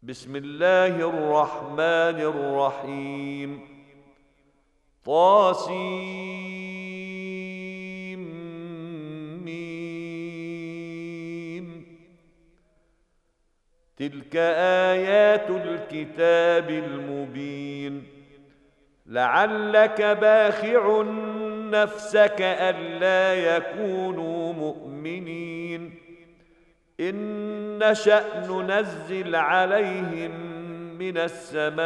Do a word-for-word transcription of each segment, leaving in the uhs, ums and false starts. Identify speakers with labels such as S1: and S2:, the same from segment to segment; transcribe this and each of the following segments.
S1: بسم الله الرحمن الرحيم. طاسيم. تلك آيات الكتاب المبين. لعلك باخع نفسك ألا يكونوا مؤمنين إن نشأ ننزل عليهم من السماء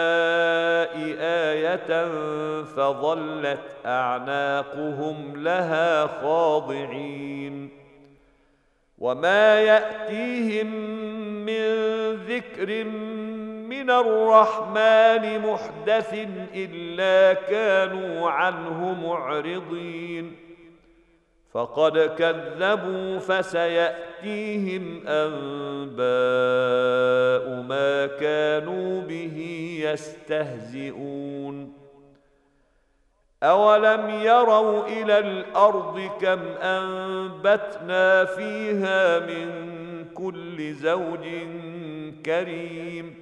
S1: آية فظلت أعناقهم لها خاضعين وما يأتيهم من ذكر من الرحمن محدث إلا كانوا عنه معرضين فقد كذبوا فسيأتيهم أنباء ما كانوا به يستهزئون أولم يروا إلى الأرض كم أنبتنا فيها من كل زوج كريم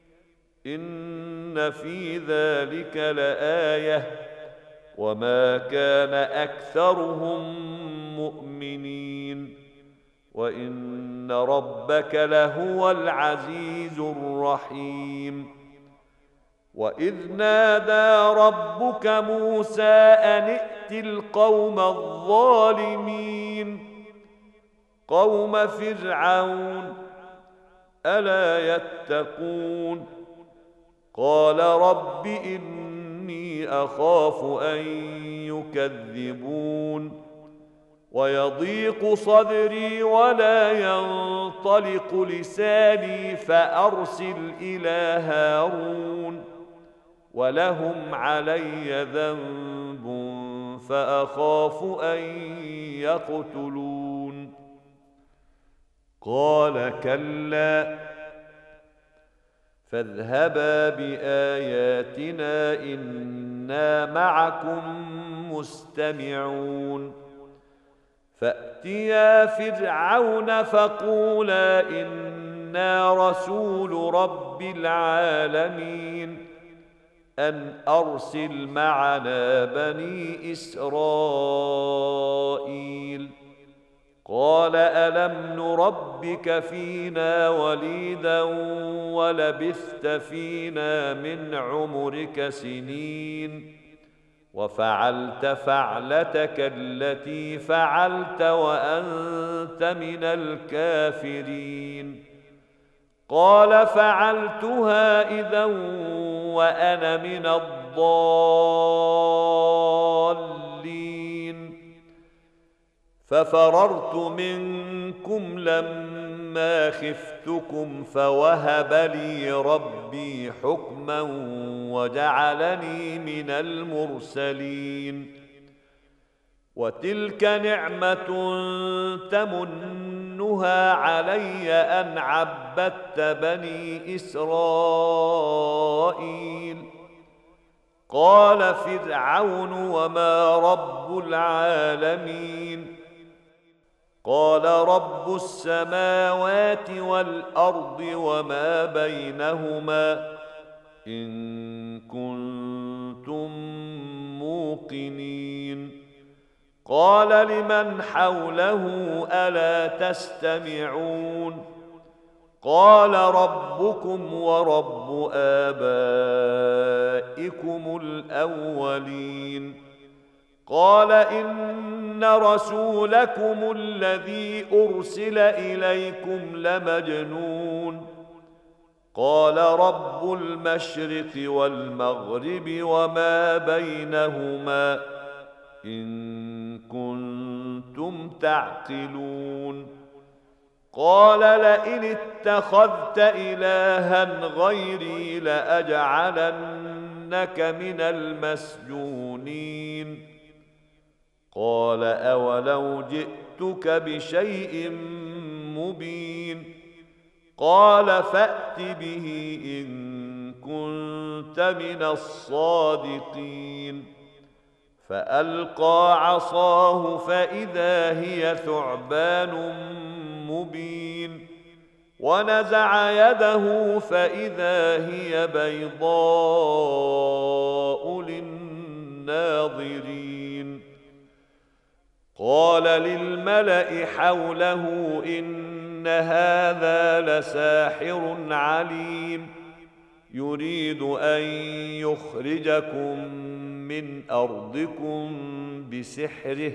S1: إن في ذلك لآية وما كان أكثرهم مؤمنين وإن ربك لهو العزيز الرحيم وإذ نادى ربك موسى أن ائت القوم الظالمين قوم فرعون ألا يتقون قال رب إني أخاف أن يكذبون ويضيق صدري ولا ينطلق لساني فأرسل إلى هارون ولهم علي ذنب فأخاف أن يقتلون قال كلا فاذهبا بآياتنا إنا معكم مستمعون فأتيا فرعون فقولا إنا رسول رب العالمين أن أرسل معنا بني إسرائيل قال ألم نربك فينا وليدا ولبثت فينا من عمرك سنين وفعلت فعلتك التي فعلت وأنت من الكافرين قال فعلتها إذا وأنا من الضالين ففررت منكم لما خفتكم فوهب لي ربي حكما وجعلني من المرسلين وتلك نعمة تمنها علي أن عبدت بني إسرائيل قال فرعون وما رب العالمين قال رب السماوات والأرض وما بينهما إن كنتم موقنين قال لمن حوله ألا تستمعون قال ربكم ورب آبائكم الأولين قال إن رسولكم الذي أرسل إليكم لمجنون قال رب المشرق والمغرب وما بينهما إن كنتم تعقلون قال لئن اتخذت إلها غيري لأجعلنك من المسجونين قال أولو جئتك بشيء مبين قال فأت به إن كنت من الصادقين فألقى عصاه فإذا هي ثعبان مبين ونزع يده فإذا هي بيضاء للناظرين. قال للملأ حوله إن هذا لساحر عليم يريد أن يخرجكم من أرضكم بسحره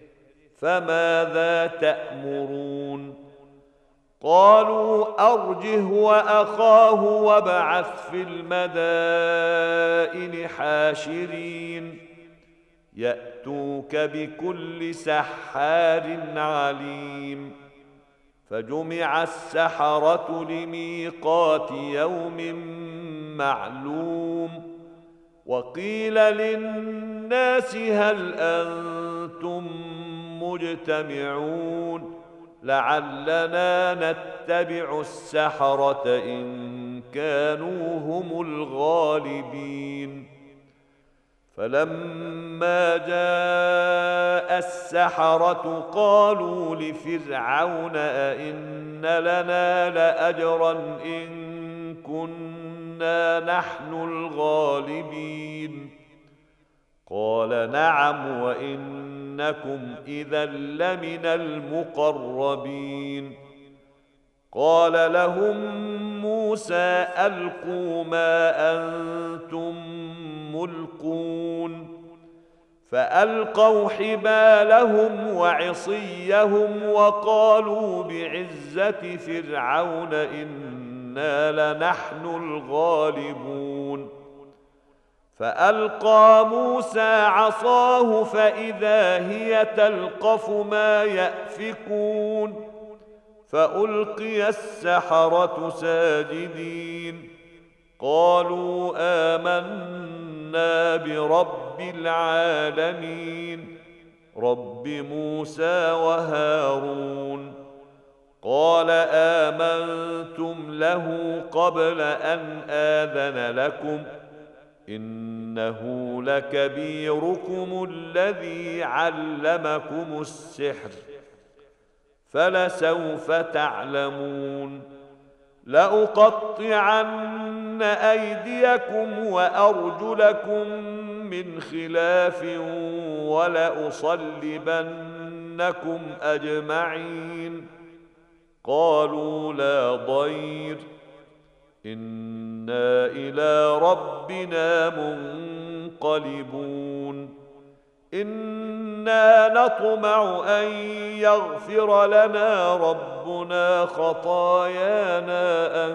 S1: فماذا تأمرون؟ قالوا أرجه وأخاه وابعث في المدائن حاشرين يأتوك بكل سحار عليم. فجمع السحرة لميقات يوم معلوم وقيل للناس هل أنتم مجتمعون لعلنا نتبع السحرة إن كانوا هم الغالبين. فلما جاء السحرة قالوا لفرعون أئن لنا لأجرا إن كنا نحن الغالبين؟ قال نعم وإنكم إذا لمن المقربين. قال لهم موسى ألقوا ما أنتم ملقون فألقوا حبالهم وعصيهم وقالوا بعزة فرعون إنا لنحن الغالبون. فألقى موسى عصاه فإذا هي تلقف ما يأفكون فألقي السحرة ساجدين قالوا آمنا برب العالمين رب موسى وهارون. قال آمنتم له قبل أن آذن لكم إنه لكبيركم الذي علمكم السحر فلسوف تعلمون لأقطعن أيديكم وأرجلكم من خلاف ولأصلبنكم أجمعين. قالوا لا ضير إنا إلى ربنا منقلبون إنا نطمع أن يغفر لنا ربنا خطايانا أن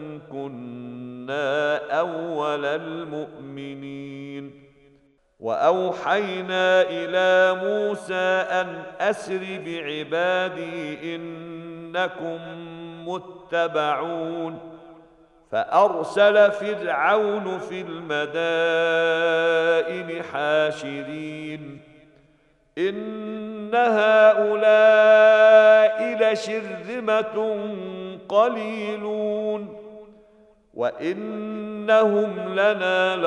S1: كنا أول المؤمنين. وأوحينا إلى موسى أن أسر بعبادي إنكم متبعون فأرسل فرعون في المدائن حاشرين إن هؤلاء لشرذمة قليلون وإنهم لنا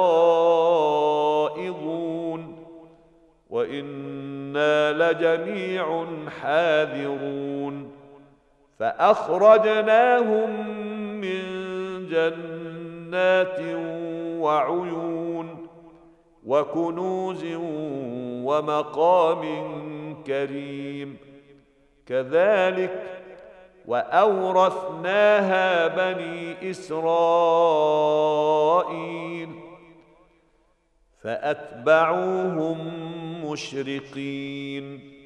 S1: لغائظون وإنا لجميع حاذرون. فأخرجناهم من جنات وعيون وكنوز ومقام كريم كذلك وأورثناها بني إسرائيل فأتبعوهم مشرقين.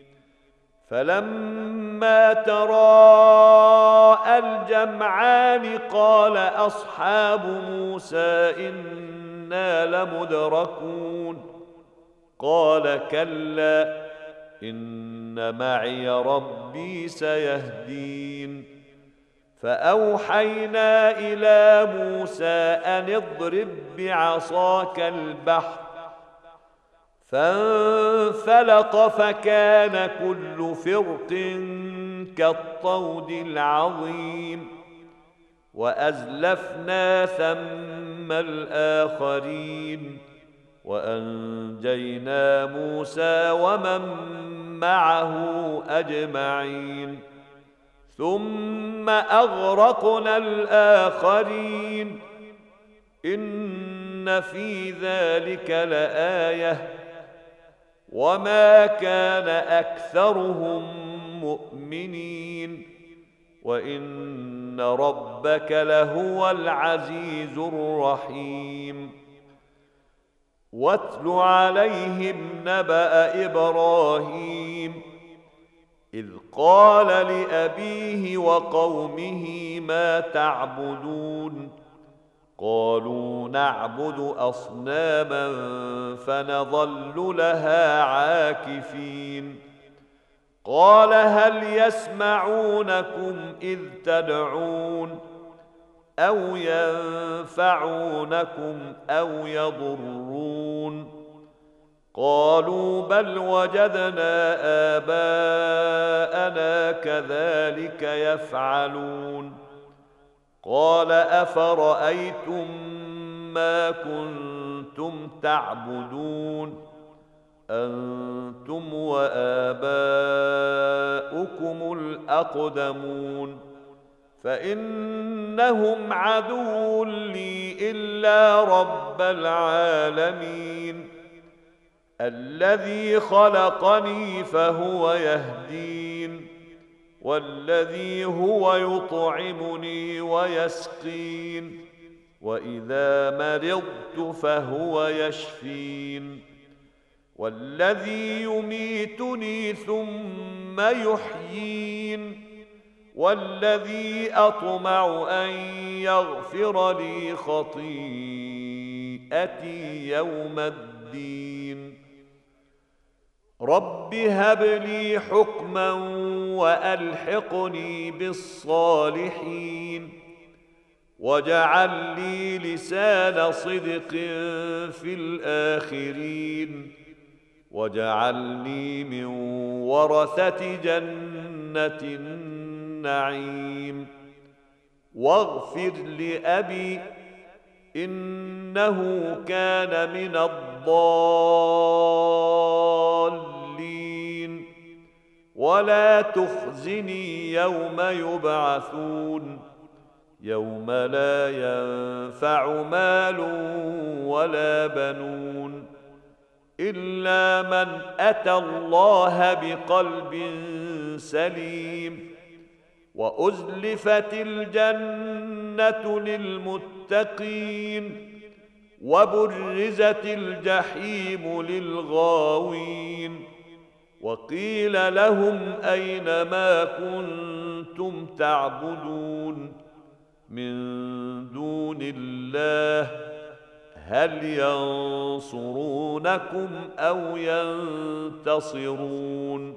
S1: فلما تراءى الجمعان قال أصحاب موسى إنا لمدركون قال كلا إن معي ربي سيهدين. فأوحينا إلى موسى أن اضرب بعصاك البحر فانفلق فكان كل فرق كالطود العظيم وأزلفنا ثم الآخرين وأنجينا موسى ومن معه أجمعين. ثم أغرقنا الآخرين إن في ذلك لآية وما كان أكثرهم مؤمنين وإن ربك لهو العزيز الرحيم واتل عليهم نبأ إبراهيم إذ قال لأبيه وقومه ما تعبدون قالوا نعبد أصناما فنظل لها عاكفين قال هل يسمعونكم إذ تدعون أو ينفعونكم أو يضرون قالوا بل وجدنا آباءنا كذلك يفعلون قال أفرأيتم ما كنتم تعبدون أنتم وآباؤكم الأقدمون فإنهم عدو لي إلا رب العالمين الذي خلقني فهو يهدين والذي هو يطعمني ويسقين وإذا مرضت فهو يشفين والذي يميتني ثم يحيين والذي أطمع أن يغفر لي خطيئتي يوم الدين رب هب لي حكما وألحقني بالصالحين واجعل لي لسان صدق في الآخرين واجعلني من ورثة جنة النعيم واغفر لأبي إنه كان من الضالين ولا تخزني يوم يبعثون يوم لا ينفع مال ولا بنون إلا من أتى الله بقلب سليم وأزلفت الجنة للمتقين وبرزت الجحيم للغاوين وقيل لهم أين ما كنتم تعبدون من دون الله هل ينصرونكم أو ينتصرون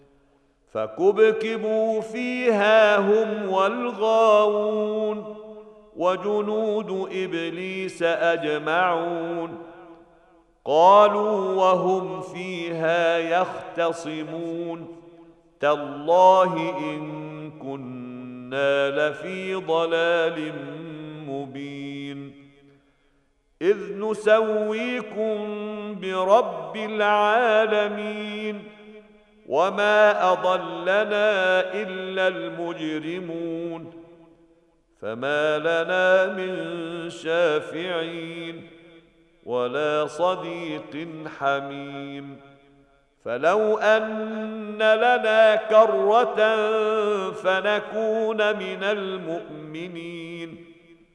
S1: فكبكبوا فيها هم والغاوون وجنود إبليس أجمعون قالوا وهم فيها يختصمون تالله إن كنا لفي ضلال مبين إذ نسويكم برب العالمين وما أضلنا إلا المجرمون فما لنا من شافعين ولا صديق حميم فلو أن لنا كرة فنكون من المؤمنين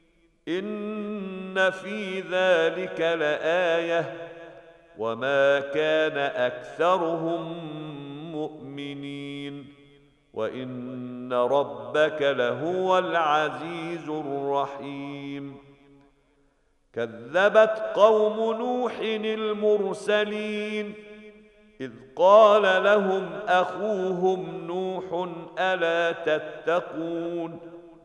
S1: إن في ذلك لآية وما كان أكثرهم مؤمنين وإن ربك لهو العزيز الرحيم كذبت قوم نوح المرسلين إذ قال لهم أخوهم نوح ألا تتقون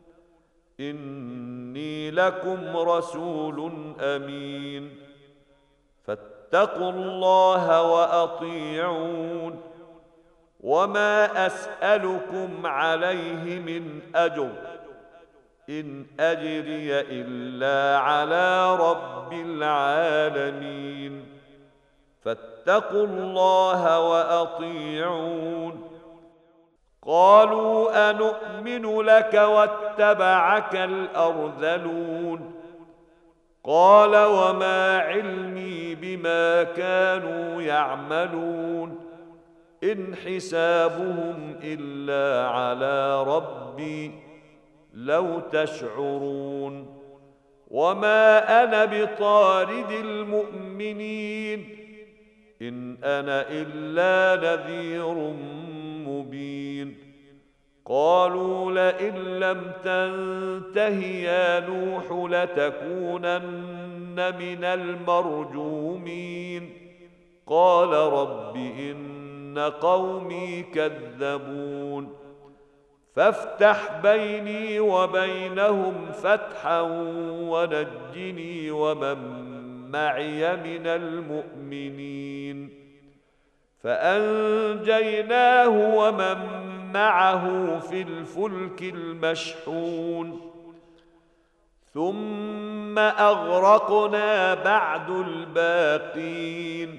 S1: إني لكم رسول أمين فاتقوا الله وأطيعون وما أسألكم عليه من أجر إن أجري إلا على رب العالمين فاتقوا الله وأطيعون قالوا أنؤمن لك واتبعك الأرذلون قال وما علمي بما كانوا يعملون إن حسابهم إلا على ربي لو تشعرون وما أنا بطارد المؤمنين إن أنا إلا نذير مبين قالوا لئن لم تنته يا نوح لتكونن من المرجومين قال رب إن قومي كذبون فافتح بيني وبينهم فتحا ونجني ومن معي من المؤمنين فأنجيناه ومن معه في الفلك المشحون ثم أغرقنا بعد الباقين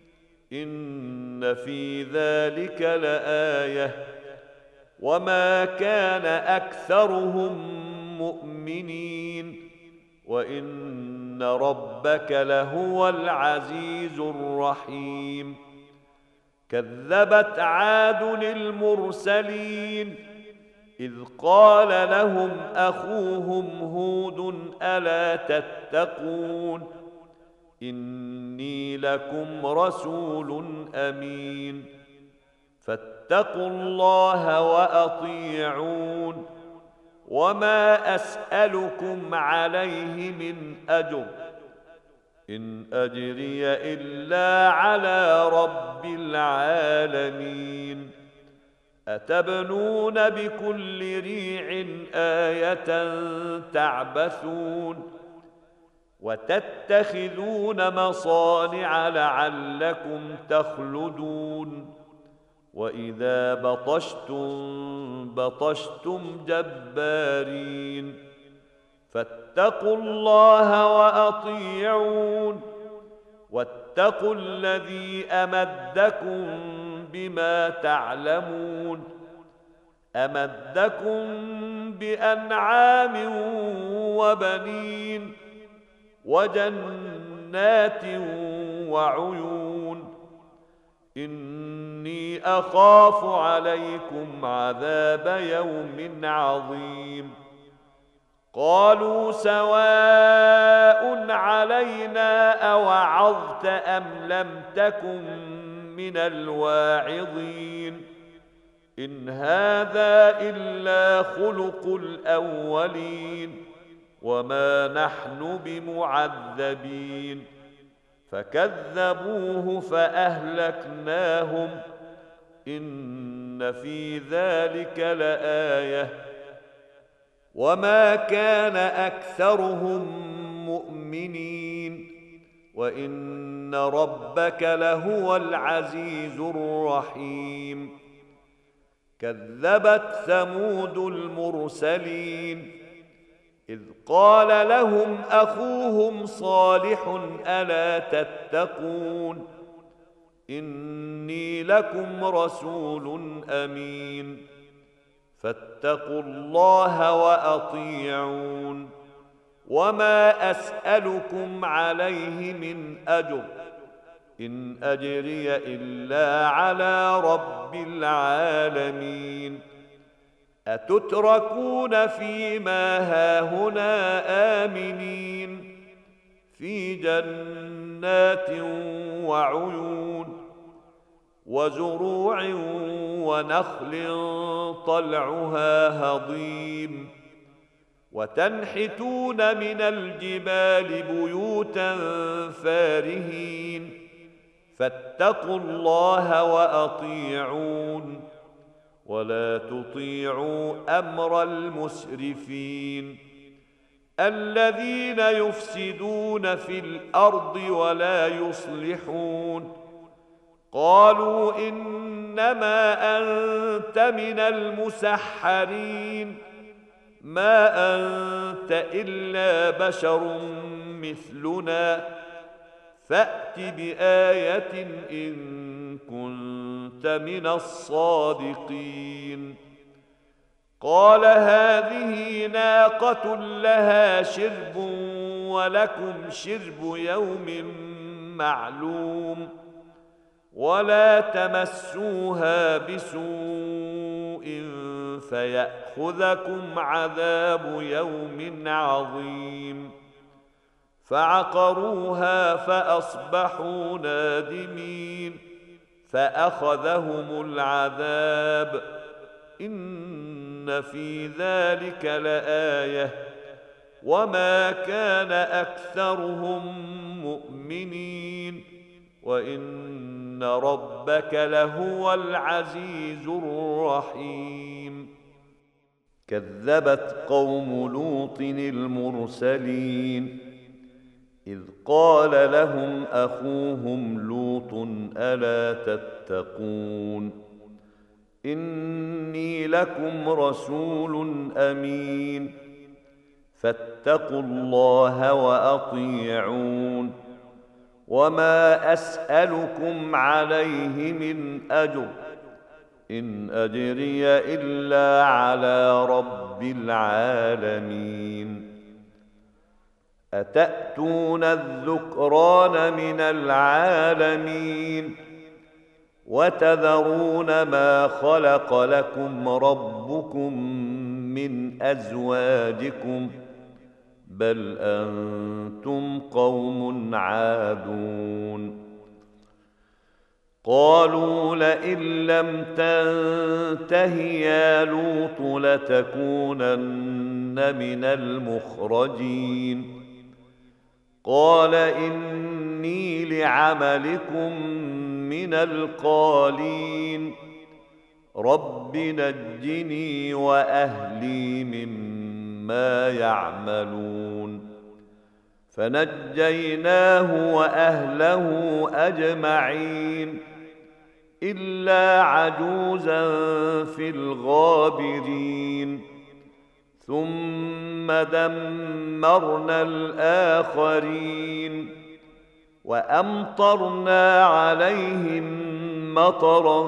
S1: إن في ذلك لآية وما كان أكثرهم مؤمنين وإن ربك لهو العزيز الرحيم كذبت عاد المرسلين إذ قال لهم أخوهم هود ألا تتقون إني لكم رسول أمين فاتقوا الله وأطيعون وما أسألكم عليه من أجر إن أجري إلا على رب العالمين أتبنون بكل ريع آية تعبثون وتتخذون مصانع لعلكم تخلدون وإذا بطشتم بطشتم جبارين فاتقوا الله وأطيعون واتقوا الذي أمدكم بما تعلمون أمدكم بأنعام وبنين وجنات وعيون إني أخاف عليكم عذاب يوم عظيم قالوا سواء علينا أوعظت أم لم تكن من الواعظين إن هذا إلا خلق الأولين وما نحن بمعذبين فكذبوه فأهلكناهم إن في ذلك لآية وما كان أكثرهم مؤمنين وإن ربك لهو العزيز الرحيم كذبت ثمود المرسلين إذ قال لهم أخوهم صالح ألا تتقون إني لكم رسول أمين فاتقوا الله وأطيعون وما أسألكم عليه من أجر إن أجري إلا على رب العالمين أتتركون فيما هاهنا آمنين في جنات وعيون وزروع ونخل طلعها هضيم وتنحتون من الجبال بيوتا فارهين فاتقوا الله وأطيعون ولا تطيعوا أمر المسرفين الذين يفسدون في الأرض ولا يصلحون قالوا إنما أنت من المسحرين ما أنت إلا بشر مثلنا فأت بآية إن كنت كنت من الصادقين. قال هذه ناقة لها شرب ولكم شرب يوم معلوم ولا تمسوها بسوء فيأخذكم عذاب يوم عظيم. فعقروها فأصبحوا نادمين فأخذهم العذاب إن في ذلك لآية وما كان أكثرهم مؤمنين وإن ربك لهو العزيز الرحيم. كذبت قوم لوط المرسلين إذ قال لهم أخوهم لوط ألا تتقون إني لكم رسول أمين فاتقوا الله وأطيعون وما أسألكم عليه من أجر إن أجري إلا على رب العالمين. أتأتون الذكران من العالمين وتذرون ما خلق لكم ربكم من أزواجكم بل أنتم قوم عادون. قالوا لئن لم تنته يا لوط لتكونن من المخرجين. قال إني لعملكم من القالين رب نجني وأهلي مما يعملون. فنجيناه وأهله أجمعين إلا عجوزا في الغابرين. ثم دمرنا الآخرين وأمطرنا عليهم مطرا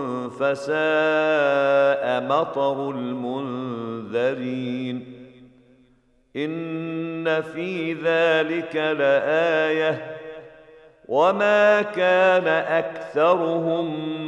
S1: فساء مطر المنذرين. إن في ذلك لآية وما كان أكثرهم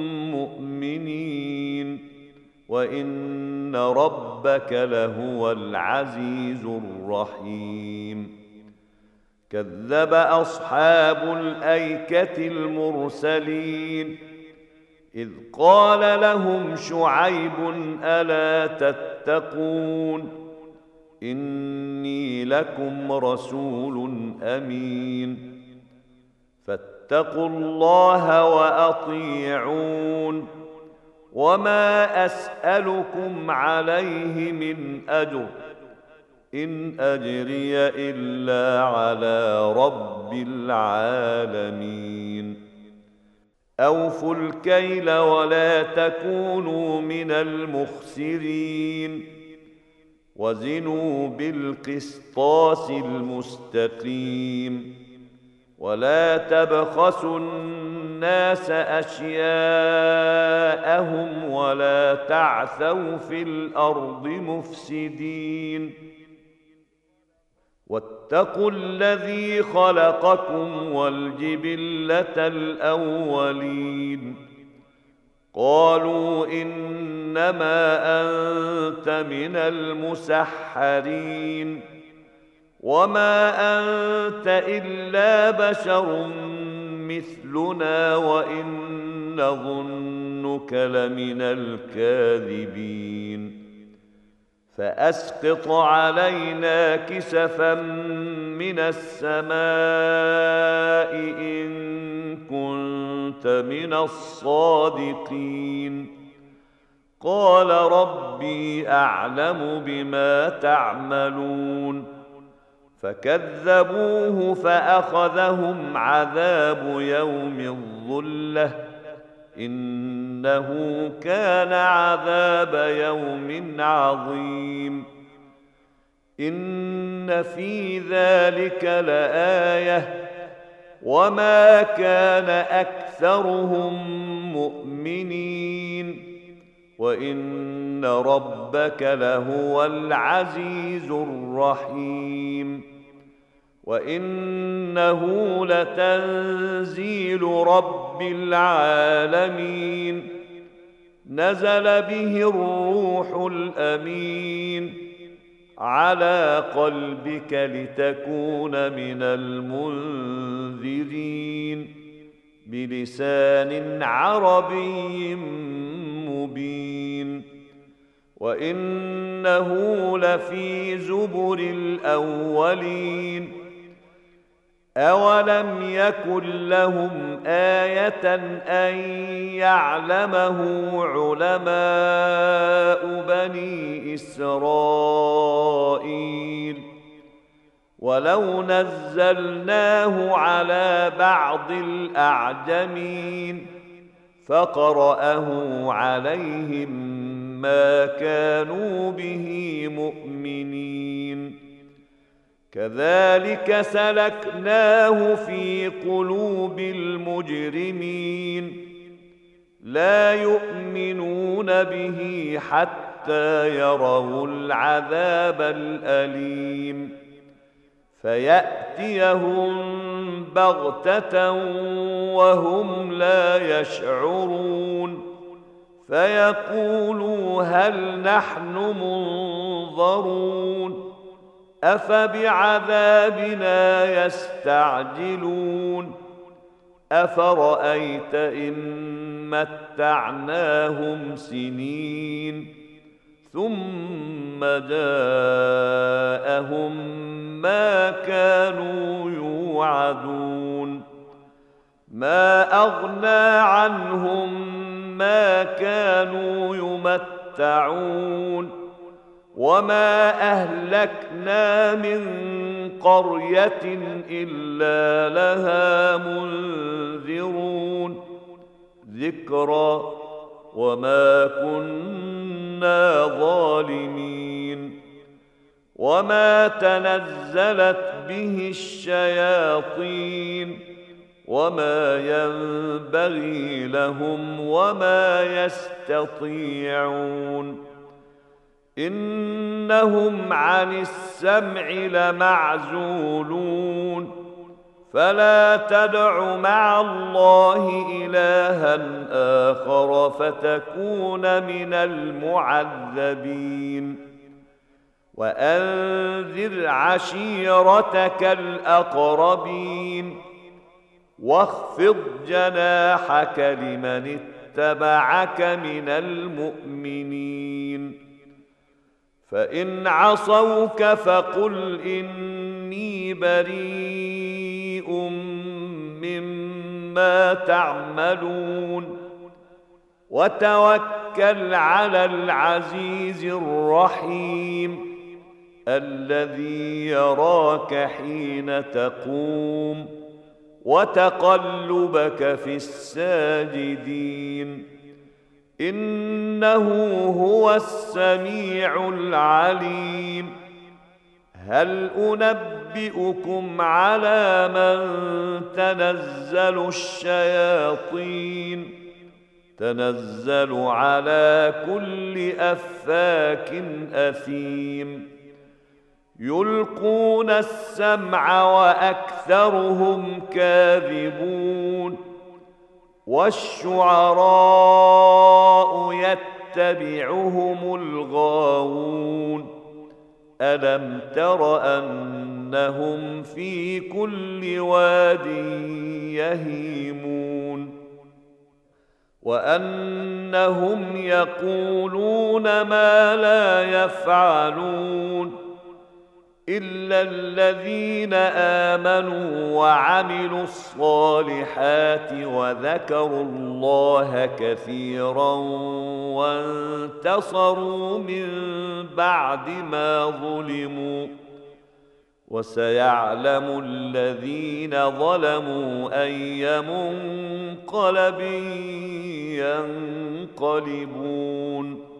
S1: مؤمنين وإن ربك لهو العزيز الرحيم. كذب أصحاب الأيكة المرسلين إذ قال لهم شعيب ألا تتقون إني لكم رسول أمين فاتقوا الله وأطيعون وما أسألكم عليه من أجر إن أجري إلا على رب العالمين. أوفوا الكيل ولا تكونوا من المخسرين وزنوا بالقسطاس المستقيم ولا تبخسوا الناس أشياءهم ولا تعثوا في الأرض مفسدين واتقوا الذي خلقكم والجبلة الأولين. قالوا إنما أنت من المسحرين وما أنت إلا بشر مثلنا وإن نظنك لمن الكاذبين. فأسقط علينا كسفا من السماء إن كنت من الصادقين. قال ربي أعلم بما تعملون فكذبوه فأخذهم عذاب يوم الظلة إنه كان عذاب يوم عظيم. إن في ذلك لآية وما كان أكثرهم مؤمنين وإن ربك لهو العزيز الرحيم وإنه لتنزيل رب العالمين نزل به الروح الأمين على قلبك لتكون من المنذرين بلسان عربي مبين وإنه لفي زبر الأولين أولم يكن لهم آية أن يعلمه علماء بني إسرائيل ولو نزلناه على بعض الأعجمين فقرأه عليهم ما كانوا به مؤمنين كذلك سلكناه في قلوب المجرمين لا يؤمنون به حتى يروا العذاب الأليم فيأتيهم بغتة وهم لا يشعرون فيقولوا هل نحن منظرون أفبعذابنا يستعجلون أفرأيت إن متعناهم سنين ثم جاءهم ما كانوا يوعدون ما أغنى عنهم ما كانوا يمتعون وما أهلكنا من قرية إلا لها منذرون ذكرى وما كنا ظالمين وما تنزلت به الشياطين وما ينبغي لهم وما يستطيعون إنهم عن السمع لمعزولون فلا تدع مع الله إلها آخر فتكون من المعذبين وأنذر عشيرتك الأقربين واخفض جناحك لمن اتبعك من المؤمنين فإن عصوك فقل إني بريء مما تعملون وتوكل على العزيز الرحيم الذي يراك حين تقوم وتقلبك في الساجدين إنه هو السميع العليم هل أنبئكم على من تنزل الشياطين تنزل على كل أفاك أثيم يلقون السمع وأكثرهم كاذبون والشعراء يتبعهم الغاوون ألم تر أنهم في كل واد يهيمون وأنهم يقولون ما لا يفعلون إلا الذين آمنوا وعملوا الصالحات وذكروا الله كثيرا وانتصروا من بعد ما ظلموا وسيعلم الذين ظلموا أي منقلب ينقلبون